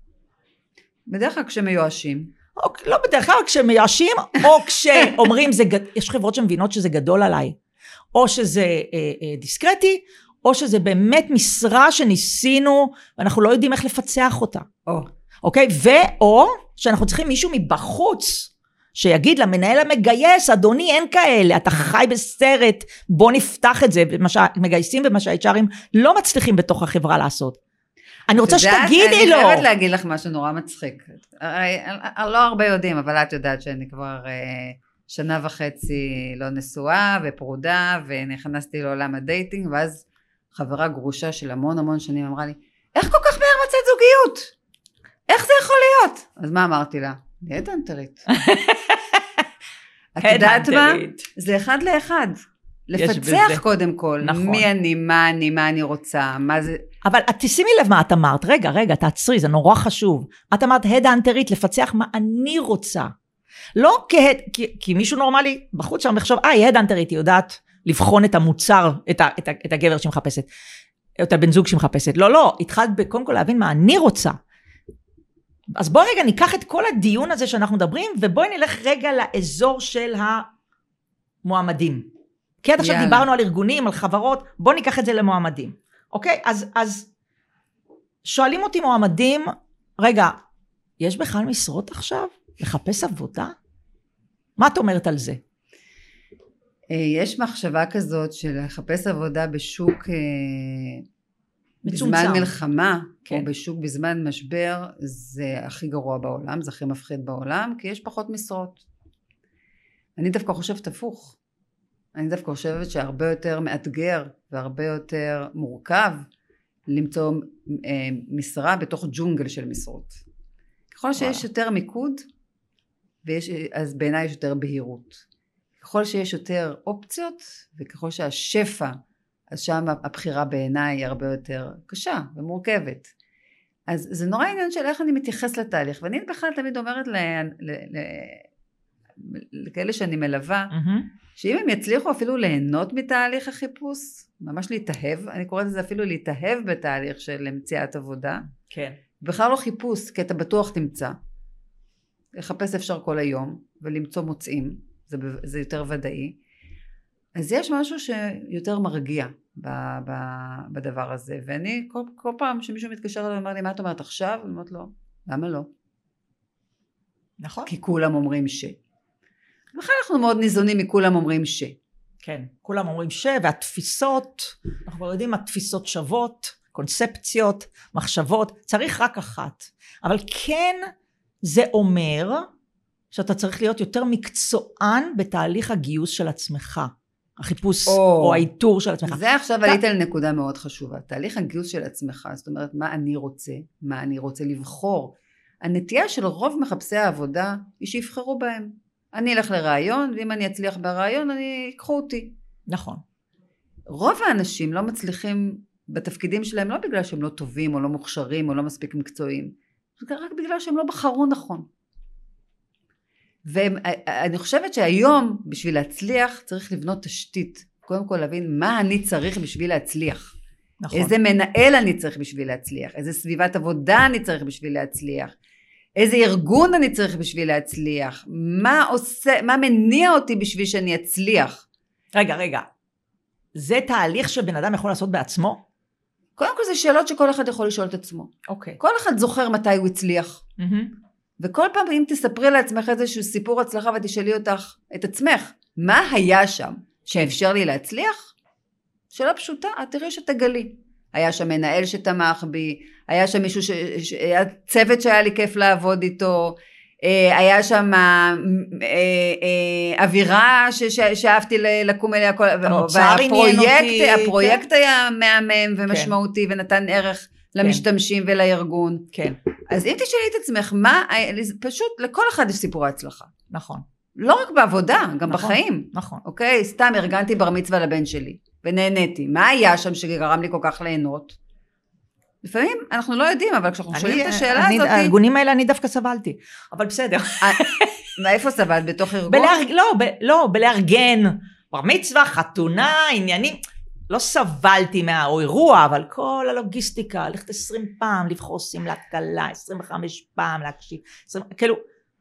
בדרך כלל כשמיואשים. או, לא בדרך כלל כשמיואשים, או כשאומרים, זה, יש חברות שמבינות שזה גדול עליי. או שזה אה, אה, דיסקרטי, או שזה באמת משרה שניסינו, ואנחנו לא יודעים איך לפצח אותה. או. אוקיי? ואו שאנחנו צריכים מישהו מבחוץ, שיגיד למנהל המגייס, אדוני אין כאלה, אתה חי בסרט, בוא נפתח את זה, מגייסים ומה שה-אייץ' ארים לא מצליחים בתוך החברה לעשות. אני רוצה שתגידי לו. אני חייבת להגיד לך משהו נורא מצחיק. לא הרבה יודעים, אבל את יודעת שאני כבר... שנה וחצי לא נשואה ופרודה, ונכנסתי לעולם הדייטינג, ואז חברה גרושה של המון המון שנים אמרה לי, איך כל כך מהר מצאת זוגיות? איך זה יכול להיות? אז מה אמרתי לה? הדאנטרית. את יודעת מה? זה אחד לאחד. לפצח קודם כל, נכון. מי אני, מה אני, מה אני רוצה, מה זה... אבל את תשימי לב מה את אמרת, רגע, רגע, תעצרי, זה נורא חשוב. את אמרת, הדאנטרית, לפצח מה אני רוצה. לא כהד, כי, כי מישהו נורמלי בחוץ שם מחשוב, אה, היא הדאנטרית, היא יודעת לבחון את המוצר, את, ה, את, ה, את הגבר שמחפשת, את הבן זוג שמחפשת. לא, לא, התחלת בקודם כל להבין מה אני רוצה. אז בואי רגע ניקח את כל הדיון הזה שאנחנו מדברים, ובואי נלך רגע לאזור של המועמדים. כי עד עכשיו דיברנו על ארגונים, על חברות, בואי ניקח את זה למועמדים. אוקיי? אז, אז שואלים אותי מועמדים, רגע, יש בכלל משרות עכשיו? לחפש עבודה? מה את אומרת על זה? יש מחשבה כזאת של לחפש עבודה בשוק בזמן מלחמה, כן. או בשוק בזמן משבר, זה הכי גרוע בעולם, זה הכי מפחיד בעולם, כי יש פחות משרות. אני דווקא חושבת הפוך. אני דווקא חושבת שהרבה יותר מאתגר, והרבה יותר מורכב, למצוא אה, משרה בתוך ג'ונגל של משרות. ככל שיש וואלה. יותר מיקוד, ויש, אז בעיניי יש יותר בהירות. ככל שיש יותר אופציות, וככל שהשפע, אז שם הבחירה בעיניי היא הרבה יותר קשה ומורכבת. אז זה נורא עניין של איך אני מתייחס לתהליך, ואני בכלל תמיד אומרת ל... ל, ל לכאלה שאני מלווה, mm-hmm. שאם הם יצליחו אפילו ליהנות מתהליך החיפוש, ממש להתאהב, אני קוראת לזה אפילו להתאהב בתהליך של מציאת עבודה, כן. בכלל לא חיפוש, כי אתה בטוח תמצא, לחפש אפשר כל היום, ולמצוא מוצאים, זה, זה יותר ודאי, אז יש משהו שיותר מרגיע ב, ב, בדבר הזה, ואני כל, כל פעם שמישהו מתקשר אליי ואומר לי, מה את אומרת עכשיו? אני אומרת לו, למה לא? נכון. כי כולם אומרים ש. בכלל אנחנו מאוד ניזונים מכולם אומרים ש. כן, כולם אומרים ש, והתפיסות, אנחנו כבר יודעים, התפיסות שוות, קונספציות, מחשבות, צריך רק אחת. אבל כן, זה אומר שאתה צריך להיות יותר מקצוען בתהליך הגיוס של עצמך. החיפוש או, או האיתור של עצמך. זה עכשיו ת... עלית על נקודה מאוד חשובה. תהליך הגיוס של עצמך, זאת אומרת, מה אני רוצה, מה אני רוצה לבחור. הנטייה של רוב מחפשי העבודה היא שיבחרו בהם. אני אלך לרעיון, ואם אני אצליח ברעיון, אני אקחו אותי. נכון. רוב האנשים לא מצליחים בתפקידים שלהם, לא בגלל שהם לא טובים, או לא מוכשרים, או לא מספיק מקצועיים. זה רק בגלל שהם לא בחרו נכון. ואני חושבת שהיום, בשביל להצליח, צריך לבנות תשתית. קודם כל להבין מה אני צריך בשביל להצליח. נכון. איזה מנהל אני צריך בשביל להצליח. איזה סביבת עבודה אני צריך בשביל להצליח. איזה ארגון אני צריך בשביל להצליח. מה עושה, מה מניע אותי בשביל שאני אצליח. רגע, רגע. זה תהליך שבן אדם יכול לעשות בעצמו? קודם כל זה שאלות שכל אחד יכול לשאול את עצמו. אוקיי. כל אחד זוכר מתי הוא הצליח. Mm-hmm. וכל פעם אם תספרי לעצמך איזשהו סיפור הצלחה ותשאלי אותך את עצמך, מה היה שם שאפשר לי להצליח? שאלה פשוטה, את תראי שתגלי. היה שם מנהל שתמך בי, היה שם מישהו, ש... ש... היה צוות שהיה לי כיף לעבוד איתו, היה שם אווירה ש... ש... שאהבתי לקום אליה, והפרויקט הפרויקט כן. היה מהמם ומשמעותי, כן. ונתן ערך למשתמשים כן. ולארגון. כן. אז אם תשאלי את עצמך, מה, פשוט לכל אחד יש סיפורי הצלחה. נכון. לא רק בעבודה, גם נכון, בחיים. נכון. אוקיי? סתם ארגנתי בר מצווה לבן שלי, ונהניתי. מה היה שם שגרם לי כל כך ליהנות? לפעמים אנחנו לא יודעים, אבל כשאנחנו שואלים את השאלה אני, הזאת... הארגונים האלה אני דווקא סבלתי, אבל בסדר. מאיפה סבלת? בתוך ארגון? בלארג, לא, ב, לא, בלארגן, בר מצווה, חתונה, עניינים. לא סבלתי מה, או אירוע, אבל כל הלוגיסטיקה, ללכת עשרים פעם, לבחור שמלת קלה, עשרים וחמש פעם להקשיב, עשרים, כאילו,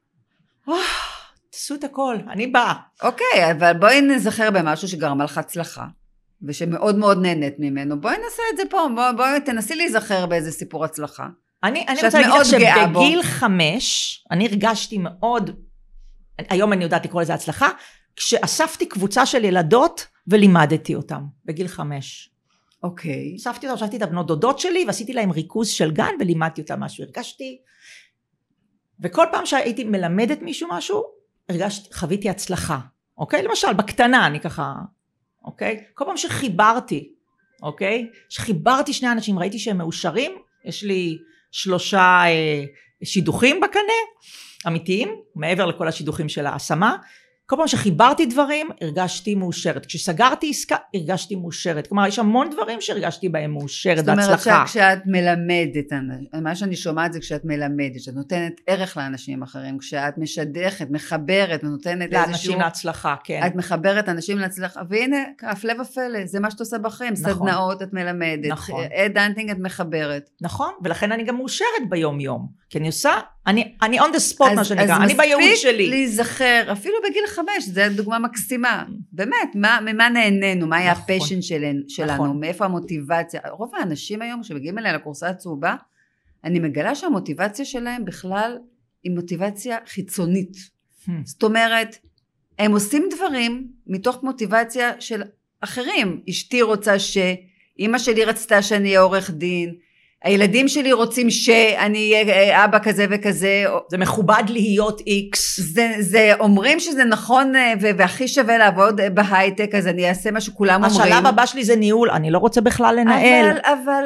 תעשו את הכל, אני באה. אוקיי, אבל בואי נזכר במשהו שגרם לך הצלחה, ושמאוד מאוד נהנית ממנו, בואי נעשה את זה פה, בואי, בואי תנסי להיזכר באיזה סיפור הצלחה. אני, אני רוצה להגיד לך שבגיל חמש, אני הרגשתי מאוד, היום אני יודעת לקרוא לזה הצלחה, כשאספתי קבוצה של ילדות, ולימדתי אותם, בגיל חמש. אוקיי. אספתי אותם, אספתי את הבנות דודות שלי, ועשיתי להם ריכוז של גן, ולימדתי אותם משהו, הרגשתי, וכל פעם שהייתי מלמדת מישהו משהו, הרגשתי, חוויתי הצלחה, אוקיי? למשל, בקטנה, אני ככה, אוקיי? כל פעם שחיברתי, אוקיי? שחיברתי שני אנשים, ראיתי שהם מאושרים, יש לי שלושה אה, שידוכים בקנה, אמיתיים, מעבר לכל השידוכים של ההשמה, כל פעם שחיברתי דברים, הרגשתי מאושרת. כשסגרתי עסקה, הרגשתי מאושרת. כלומר, יש המון דברים שהרגשתי בהם מאושרת בהצלחה. זאת אומרת שכשאת מלמדת, מה שאני שומעת זה כשאת מלמדת, שאת נותנת ערך לאנשים אחרים, כשאת משדכת, מחברת, ונותנת איזשהו... לאנשים להצלחה, כן. את מחברת אנשים להצלחה, והנה, הפלא ופלא, זה מה שאת עושה בחיים. נכון. סדנאות את מלמדת. נכון. אדנטינג את מחברת. נכון, ולכן אני גם מאושרת ביום יום. כי אני עושה, אני, אני on the spot מה שנקרא, אני בייעוד שלי. אז מספיק להיזכר, אפילו בגיל חמש, זו דוגמה מקסימה. באמת, מה, ממה נהנינו, מה היה נכון. הפשן שלנו, נכון. מאיפה המוטיבציה. רוב האנשים היום שמגיעים אליי לקורסה הצהובה, אני מגלה שהמוטיבציה שלהם בכלל היא מוטיבציה חיצונית. Hmm. זאת אומרת, הם עושים דברים מתוך מוטיבציה של אחרים. אשתי רוצה ש, אמא שלי רצתה שאני אהיה עורך דין, הילדים שלי רוצים שאני אהיה אבא כזה וכזה. זה מכובד להיות איקס. זה, זה אומרים שזה נכון והכי שווה לעבוד בהייטק, אז אני אעשה מה שכולם אומרים. השלב הבא שלי זה ניהול, אני לא רוצה בכלל לנהל. אבל, אבל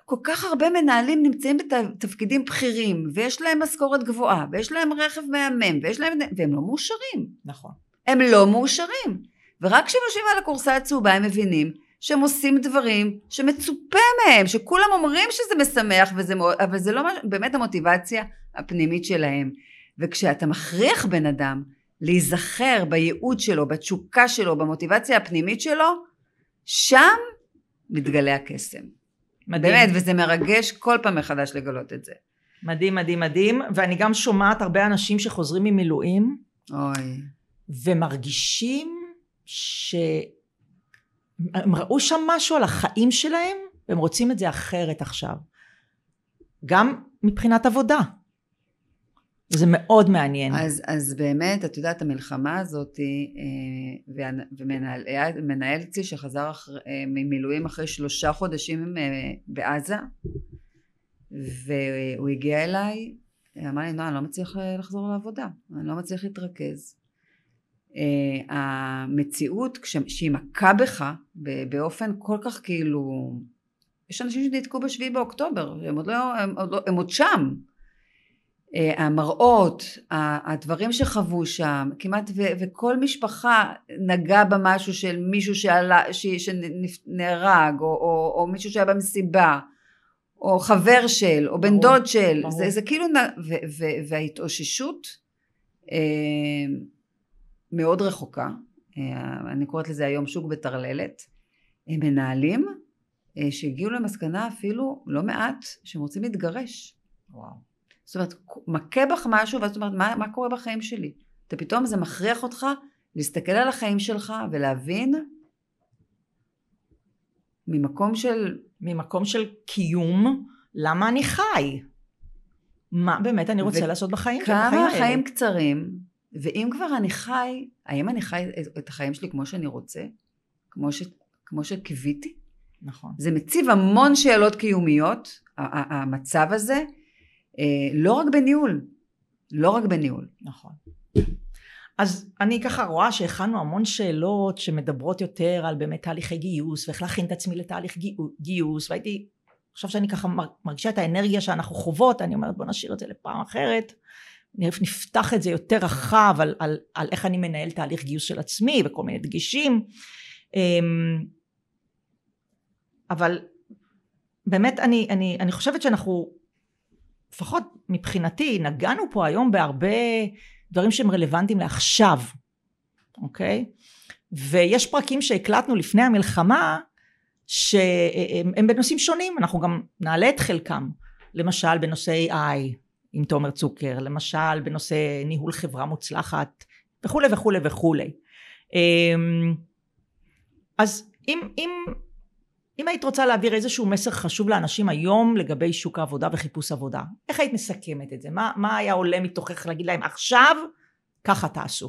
כל כך הרבה מנהלים נמצאים בתפקידים בכירים, ויש להם משכורת גבוהה, ויש להם רכב מהמם, ויש להם, והם לא מאושרים. נכון. הם לא מאושרים. ורק כשהם יושבים על הקורסה הצהובה, הם מבינים שהם עושים דברים שמצופה מהם, שכולם אומרים שזה משמח, וזה, אבל זה לא באמת המוטיבציה הפנימית שלהם. וכשאתה מכריח בן אדם להיזכר בייעוד שלו, בתשוקה שלו, במוטיבציה הפנימית שלו, שם מתגלה הקסם. מדהים. באמת, וזה מרגש כל פעם מחדש לגלות את זה. מדהים, מדהים, מדהים. ואני גם שומעת הרבה אנשים שחוזרים ממילואים, אוי. ומרגישים שהם ראו שם משהו על החיים שלהם, והם רוצים את זה אחרת עכשיו. גם מבחינת עבודה. זה מאוד מעניין. אז, אז באמת, את יודעת, המלחמה הזאת, ומנהל אצלי שחזר אחרי, ממילואים אחרי שלושה חודשים בעזה, והוא הגיע אליי, אמר לי, לא, אני לא מצליח לחזור לעבודה, אני לא מצליח להתרכז. המציאות, שהיא מכה בך, באופן כל כך כאילו, יש אנשים שנתקעו בשביעי באוקטובר, הם עוד לא, הם עוד, לא, הם עוד שם. המראות, הדברים שחוו שם, כמעט ו- וכל משפחה נגע במשהו של מישהו שעלה, ש- שנהרג, או, או, או מישהו שהיה במסיבה, או חבר של, או בן דוד של, זה, זה כאילו, ו- ו- וההתאוששות אה, מאוד רחוקה, אה, אני קוראת לזה היום שוק בטרללת, הם מנהלים אה, שהגיעו למסקנה אפילו לא מעט, שהם רוצים להתגרש. וואו. זאת אומרת, מכה בך משהו, ואת אומרת, מה, מה קורה בחיים שלי? אתה פתאום זה מכריח אותך להסתכל על החיים שלך ולהבין ממקום של... ממקום של קיום, למה אני חי? מה באמת אני רוצה ו- לעשות בחיים? כמה החיים קצרים, ואם כבר אני חי, האם אני חי את החיים שלי כמו שאני רוצה? כמו, ש, כמו שקיוויתי? נכון. זה מציב המון שאלות קיומיות, המצב הזה, לא רק בניהול, לא רק בניהול. נכון. אז אני ככה רואה שהכנו המון שאלות שמדברות יותר על באמת תהליכי גיוס, ואיך להכין את עצמי לתהליך גיוס, והייתי, עכשיו שאני ככה מרגישה את האנרגיה שאנחנו חוות, אני אומרת בוא נשאיר את זה לפעם אחרת, נפתח את זה יותר רחב על, על, על איך אני מנהל תהליך גיוס של עצמי, וכל מיני דגישים, אבל באמת אני, אני, אני חושבת שאנחנו, לפחות מבחינתי, נגענו פה היום בהרבה דברים שהם רלוונטיים לעכשיו, אוקיי? ויש פרקים שהקלטנו לפני המלחמה, שהם בנושאים שונים, אנחנו גם נעלה את חלקם, למשל בנושא איי איי עם תומר צוקר, למשל בנושא ניהול חברה מוצלחת, וכו' וכו' וכו'. אז אם, אם, אם היית רוצה להעביר איזשהו מסר חשוב לאנשים היום לגבי שוק העבודה וחיפוש עבודה, איך היית מסכמת את זה? מה, מה היה עולה מתוכך להגיד להם עכשיו, ככה תעשו?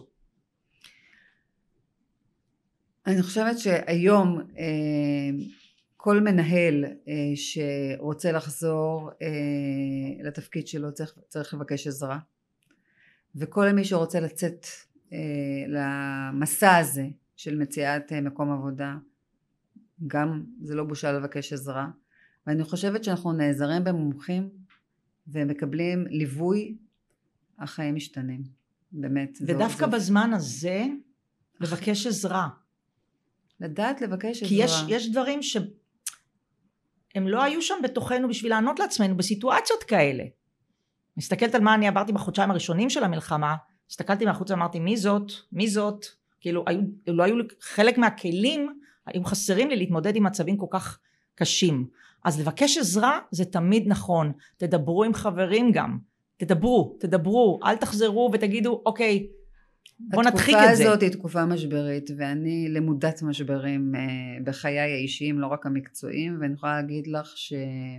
אני חושבת שהיום כל מנהל שרוצה לחזור לתפקיד שלו צריך, צריך לבקש עזרה, וכל מי שרוצה לצאת למסע הזה של מציאת מקום עבודה, גם זה לא בושה לבקש עזרה, ואני חושבת שאנחנו נעזרים במומחים ומקבלים ליווי, החיים משתנים, באמת. ודווקא זה, בזמן הזה לבקש עזרה. לדעת לבקש עזרה. כי יש, יש דברים שהם לא היו שם בתוכנו בשביל לענות לעצמנו בסיטואציות כאלה. מסתכלת על מה אני עברתי בחודשיים הראשונים של המלחמה, הסתכלתי מהחוץ ואמרתי מי זאת, מי זאת, כאילו היו, לא היו חלק מהכלים, היו חסרים לי להתמודד עם מצבים כל כך קשים. אז לבקש עזרה זה תמיד נכון, תדברו עם חברים גם, תדברו, תדברו, אל תחזרו ותגידו אוקיי, בוא נדחיק את זה. התקופה הזאת היא תקופה משברית, ואני למודת משברים בחיי האישיים, לא רק המקצועיים, ואני יכולה להגיד לך ש...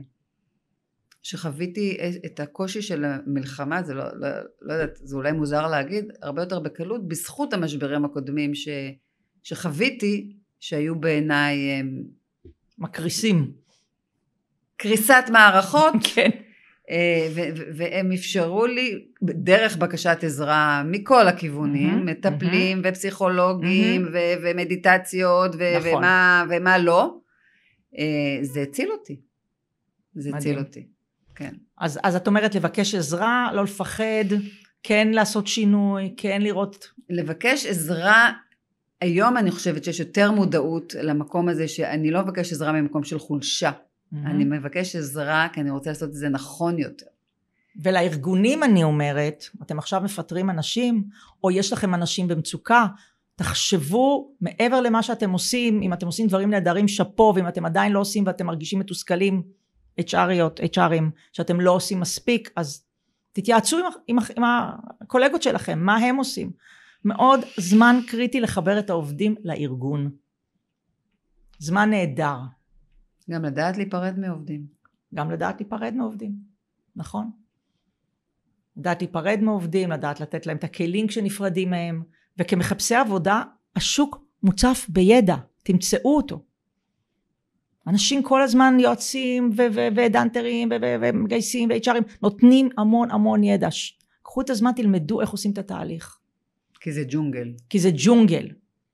שחוויתי את הקושי של המלחמה, זה לא, לא, לא יודעת, זה אולי מוזר להגיד, הרבה יותר בקלות, בזכות המשברים הקודמים ש... שחוויתי, שהיו בעיניי... מקריסים. קריסת מערכות. כן. והם אפשרו לי דרך בקשת עזרה מכל הכיוונים, מטפלים ופסיכולוגים ומדיטציות ומה לא, זה הציל אותי, זה הציל אותי, כן. אז, אז את אומרת לבקש עזרה, לא לפחד, כן לעשות שינוי, כן לראות... לבקש עזרה, היום אני חושבת שיש יותר מודעות למקום הזה, שאני לא מבקש עזרה ממקום של חולשה, mm-hmm. אני מבקש עזרה כי אני רוצה לעשות את זה נכון יותר. ולארגונים אני אומרת, אתם עכשיו מפטרים אנשים, או יש לכם אנשים במצוקה, תחשבו מעבר למה שאתם עושים, אם אתם עושים דברים נהדרים שפו, ואם אתם עדיין לא עושים ואתם מרגישים מתוסכלים, אייץ' אריות, אייץ' ארים, שאתם לא עושים מספיק, אז תתייעצו עם, עם, עם הקולגות שלכם, מה הם עושים. מאוד זמן קריטי לחבר את העובדים לארגון. זמן נהדר. גם לדעת להיפרד מעובדים. גם לדעת להיפרד מעובדים, נכון. לדעת להיפרד מעובדים, לדעת לתת להם את הכלים כשנפרדים מהם, וכמחפשי עבודה, השוק מוצף בידע, תמצאו אותו. אנשים כל הזמן יועצים ודנטרים ומגייסים ו-אייץ' ארים, נותנים המון המון ידע. קחו את הזמן, תלמדו איך עושים את התהליך. כי זה ג'ונגל. כי זה ג'ונגל.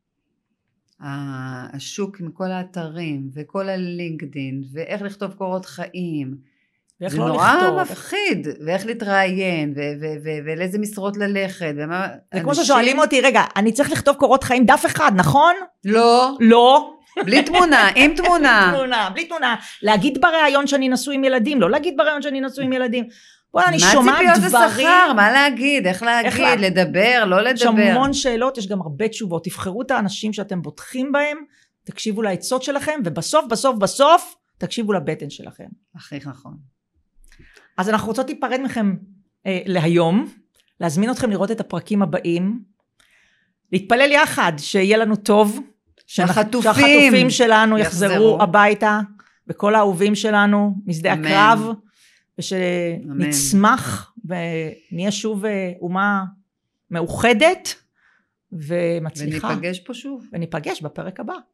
השוק עם כל האתרים וכל הלינקדין, ואיך לכתוב קורות חיים, זה לא נורא לכתוב. מפחיד, ואיך להתראיין, ולאיזה משרות ללכת, ומה... זה כמו ששואלים אותי, רגע, אני צריך לכתוב קורות חיים דף אחד, נכון? לא. לא. בלי תמונה, עם תמונה. בלי תמונה, בלי תמונה. להגיד בראיון שאני נשוי עם ילדים, לא להגיד בראיון שאני נשוי עם ילדים. בואי, אני שומעת דברים. מה ציפיות השכר? מה להגיד? איך להגיד? לדבר, לא לדבר. יש המון שאלות, יש גם הרבה תשובות. תבחרו את האנשים שאתם בוטחים בהם, תקשיבו לעצות שלכם, ובסוף, בסוף, בסוף, תקשיבו לבטן שלכם. הכי נכון. אז אנחנו רוצות להיפרד מכם אה, להיום, להזמין אתכם לראות את הפרקים הבאים, להתפלל יחד שיהיה לנו טוב, שהחטופים, שהחטופים שלנו יחזרו, יחזרו הביתה, וכל האהובים שלנו משדה אמן. הקרב, ושנצמח ונהיה שוב אומה מאוחדת ומצליחה. וניפגש פה שוב. וניפגש בפרק הבא.